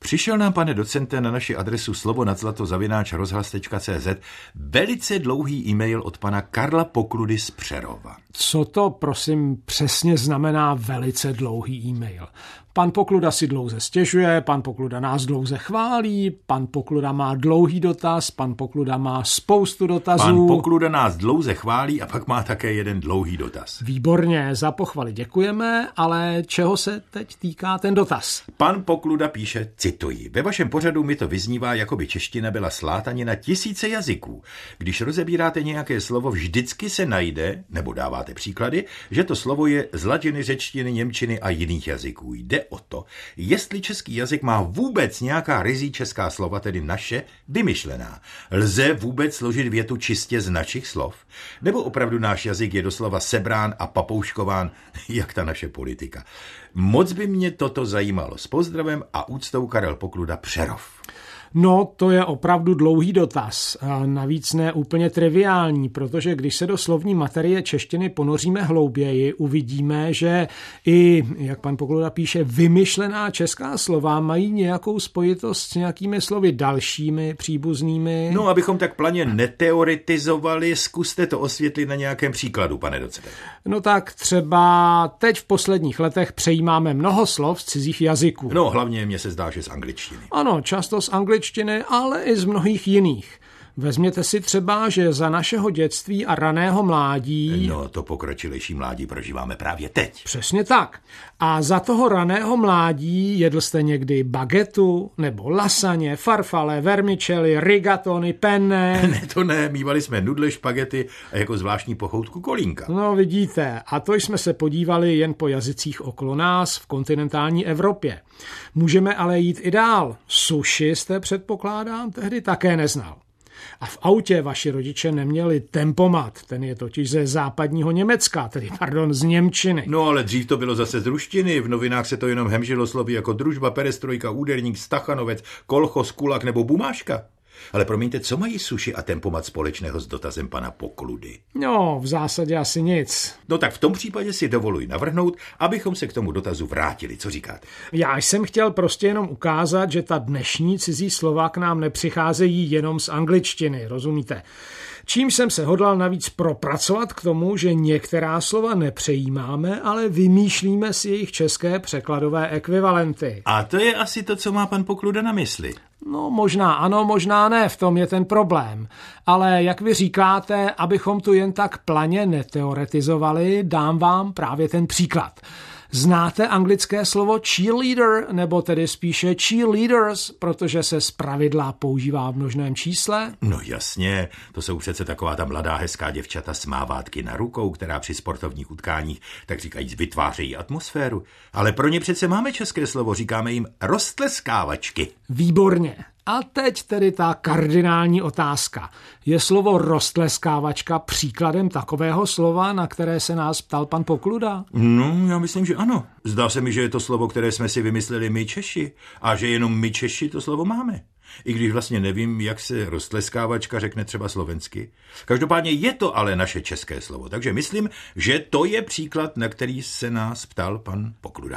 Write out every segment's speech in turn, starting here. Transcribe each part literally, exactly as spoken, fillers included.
Přišel nám, pane docente, na naši adresu slovo nad zlato zavináč rozhlas tečka cé zet velice dlouhý e-mail od pana Karla Pokludy z Přerova. Co to, prosím, přesně znamená velice dlouhý e-mail? Pan Pokluda si dlouze stěžuje, pan Pokluda nás dlouze chválí, pan Pokluda má dlouhý dotaz, pan Pokluda má spoustu dotazů. Pan Pokluda nás dlouze chválí a pak má také jeden dlouhý dotaz. Výborně, za pochvaly děkujeme, ale čeho se teď týká ten dotaz? Pan Pokluda píše, cituji, ve vašem pořadu mi to vyznívá, jako by čeština byla slátanina tisíce jazyků. Když rozebíráte nějaké slovo, vždycky se najde, nebo dáváte příklady, že to slovo je z latiny, řečtiny, němčiny a jiných jazyků. Jde o to, jestli český jazyk má vůbec nějaká ryzí česká slova, tedy naše, vymyšlená. Lze vůbec složit větu čistě z našich slov? Nebo opravdu náš jazyk je doslova sebrán a papouškován, jak ta naše politika? Moc by mě toto zajímalo. S pozdravem a úctou Karel Pokluda, Přerov. No, to je opravdu dlouhý dotaz. A navíc ne úplně triviální, protože když se do slovní materie češtiny ponoříme hlouběji, uvidíme, že i, jak pan Pokluda píše, vymyšlená česká slova mají nějakou spojitost s nějakými slovy dalšími, příbuznými. No, abychom tak planě neteoretizovali, zkuste to osvětlit na nějakém příkladu, pane docente. No tak třeba teď v posledních letech přejímáme mnoho slov z cizích jazyků. No, hlavně mně se zdá, že z angličtiny. Ano, často z angličtiny, ale i z mnohých jiných. Vezměte si třeba, že za našeho dětství a raného mládí... No, to pokročilejší mládí prožíváme právě teď. Přesně tak. A za toho raného mládí jedl jste někdy bagetu, nebo lasaně, farfale, vermicelli, rigatony, penne... Ne, to ne, mívali jsme nudle, špagety a jako zvláštní pochoutku kolínka. No, vidíte, a to jsme se podívali jen po jazycích okolo nás v kontinentální Evropě. Můžeme ale jít i dál. Sushi jste, předpokládám, tehdy také neznal. A v autě vaši rodiče neměli tempomat, ten je totiž ze západního Německa, tedy pardon, z němčiny. No ale dřív to bylo zase z ruštiny, v novinách se to jenom hemžilo slovy jako družba, perestrojka, úderník, stachanovec, kolchos, kulak nebo bumáška. Ale promiňte, co mají suši a tempomat společného s dotazem pana Pokludy? No, v zásadě asi nic. No tak v tom případě si dovoluji navrhnout, abychom se k tomu dotazu vrátili. Co říkáte? Já jsem chtěl prostě jenom ukázat, že ta dnešní cizí slova k nám nepřicházejí jenom z angličtiny, rozumíte? Čím jsem se hodlal navíc propracovat k tomu, že některá slova nepřejímáme, ale vymýšlíme si jejich české překladové ekvivalenty. A to je asi to, co má pan Pokluda na mysli. No možná ano, možná ne, v tom je ten problém. Ale jak vy říkáte, abychom tu jen tak planě neteoretizovali, dám vám právě ten příklad. Znáte anglické slovo cheerleader, nebo tedy spíše cheerleaders, protože se zpravidla používá v množném čísle? No jasně, to jsou přece taková ta mladá hezká děvčata s mávátky na rukou, která při sportovních utkáních, tak říkajíc, vytvářejí atmosféru. Ale pro ně přece máme české slovo, říkáme jim roztleskávačky. Výborně. A teď tedy ta kardinální otázka. Je slovo roztleskávačka příkladem takového slova, na které se nás ptal pan Pokluda? No, já myslím, že ano. Zdá se mi, že je to slovo, které jsme si vymysleli my Češi a že jenom my Češi to slovo máme. I když vlastně nevím, jak se roztleskávačka řekne třeba slovensky. Každopádně je to ale naše české slovo, takže myslím, že to je příklad, na který se nás ptal pan Pokluda.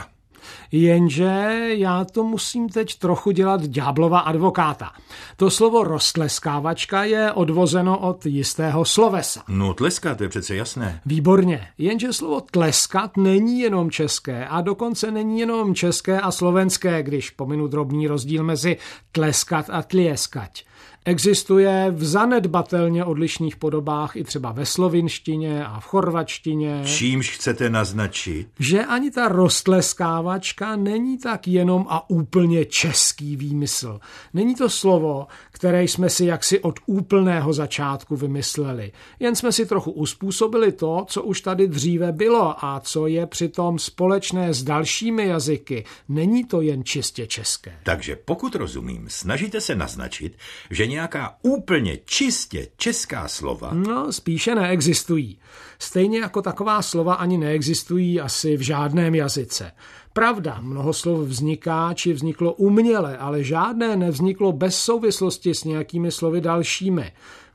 Jenže já to musím teď trochu dělat ďáblova advokáta. To slovo roztleskávačka je odvozeno od jistého slovesa. No tleskat, to je přece jasné. Výborně, jenže slovo tleskat není jenom české a dokonce není jenom české a slovenské, když pominu drobný rozdíl mezi tleskat a tlieskať. Existuje v zanedbatelně odlišných podobách i třeba ve slovinštině a v chorvačtině. Čímž chcete naznačit? Že ani ta roztleskávačka není tak jenom a úplně český výmysl. Není to slovo, které jsme si jaksi od úplného začátku vymysleli. Jen jsme si trochu uspůsobili to, co už tady dříve bylo a co je přitom společné s dalšími jazyky. Není to jen čistě české. Takže pokud rozumím, snažíte se naznačit, že nějaká úplně čistě česká slova... No, spíše neexistují. Stejně jako taková slova ani neexistují asi v žádném jazyce. Pravda, mnoho slov vzniká, či vzniklo uměle, ale žádné nevzniklo bez souvislosti s nějakými slovy dalšími.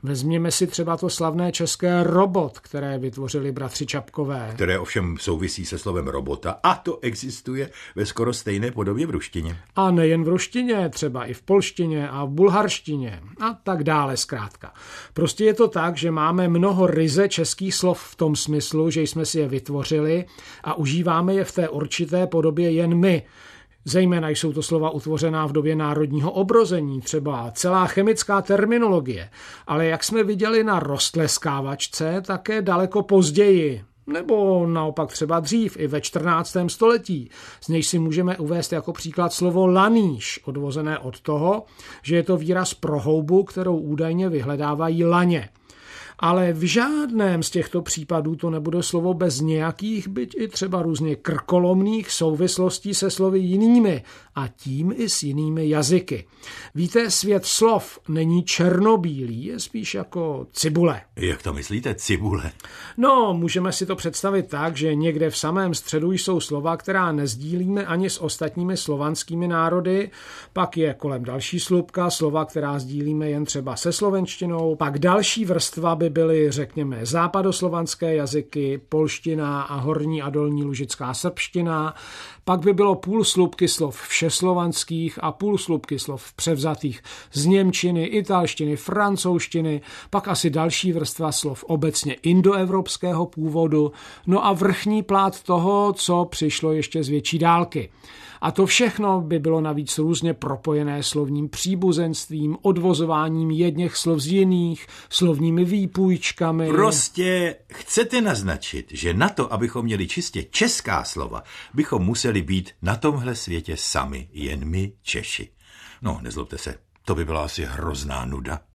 Vezměme si třeba to slavné české robot, které vytvořili bratři Čapkové. Které ovšem souvisí se slovem robota a to existuje ve skoro stejné podobě v ruštině. A nejen v ruštině, třeba i v polštině a v bulharštině a tak dále zkrátka. Prostě je to tak, že máme mnoho ryze českých slov v tom smyslu, že jsme si je vytvořili a užíváme je v té určité podobě jen my. Zejména jsou to slova utvořená v době národního obrození, třeba celá chemická terminologie. Ale jak jsme viděli na roztleskávačce, také daleko později, nebo naopak třeba dřív, i ve čtrnáctém století. Z něj si můžeme uvést jako příklad slovo lanýž, odvozené od toho, že je to výraz pro houbu, kterou údajně vyhledávají laně. Ale v žádném z těchto případů to nebude slovo bez nějakých, byť i třeba různě krkolomných souvislostí se slovy jinými a tím i s jinými jazyky. Víte, svět slov není černobílý, je spíš jako cibule. Jak to myslíte, cibule? No, můžeme si to představit tak, že někde v samém středu jsou slova, která nezdílíme ani s ostatními slovanskými národy, pak je kolem další slupka, slova, která sdílíme jen třeba se slovenštinou, pak další vrstva by byly, řekněme, západoslovanské jazyky, polština a horní a dolní lužická srbština, pak by bylo půl slupky slov všeslovanských a půl slupky slov převzatých z němčiny, italštiny, francouzštiny, pak asi další vrstva slov obecně indoevropského původu, no a vrchní plát toho, co přišlo ještě z větší dálky. A to všechno by bylo navíc různě propojené slovním příbuzenstvím, odvozováním jedněch slov z jiných, slovními výpůjčkami. Prostě chcete naznačit, že na to, abychom měli čistě česká slova, bychom museli být na tomhle světě sami, jen my Češi. No, nezlobte se, to by byla asi hrozná nuda.